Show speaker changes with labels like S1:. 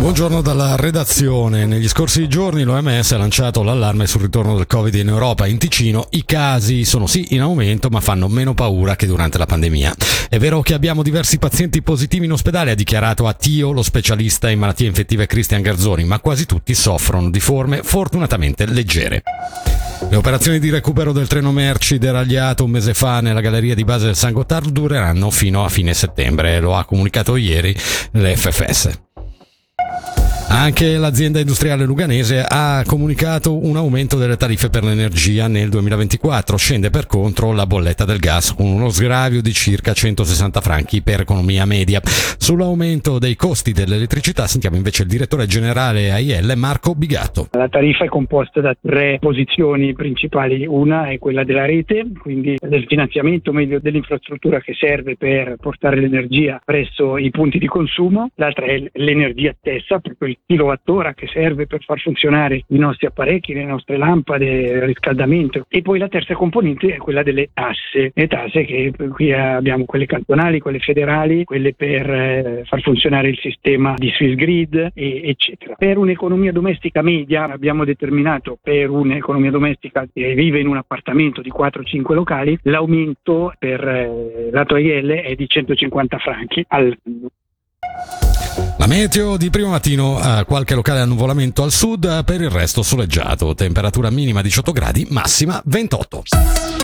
S1: Buongiorno dalla redazione. Negli scorsi giorni l'OMS ha lanciato l'allarme sul ritorno del Covid in Europa. In Ticino i casi sono sì in aumento, ma fanno meno paura che durante la pandemia. È vero che abbiamo diversi pazienti positivi in ospedale, ha dichiarato a Tio lo specialista in malattie infettive Cristian Garzoni, ma quasi tutti soffrono di forme fortunatamente leggere. Le operazioni di recupero del treno merci deragliato un mese fa nella galleria di base del San Gottardo dureranno fino a fine settembre, lo ha comunicato ieri l'FFS. Anche l'azienda industriale luganese ha comunicato un aumento delle tariffe per l'energia nel 2024. Scende per contro la bolletta del gas con uno sgravio di circa 160 franchi per economia media. Sull'aumento dei costi dell'elettricità sentiamo invece il direttore generale AIL Marco Bigatto.
S2: La tariffa è composta da 3 posizioni principali. Una è quella della rete, quindi del finanziamento meglio dell'infrastruttura che serve per portare l'energia presso i punti di consumo. L'altra è l'energia stessa, proprio il kilowattora che serve per far funzionare i nostri apparecchi, le nostre lampade, il riscaldamento. E poi la terza componente è quella delle tasse. Le tasse che qui abbiamo quelle cantonali, quelle federali, quelle per far funzionare il sistema di Swissgrid, eccetera. Per un'economia domestica media abbiamo determinato, per un'economia domestica che vive in un appartamento di 4-5 locali, l'aumento per lato AIL è di 150 franchi all'anno.
S1: La meteo di primo mattino, qualche locale annuvolamento al sud, per il resto soleggiato, temperatura minima 18 gradi, massima 28.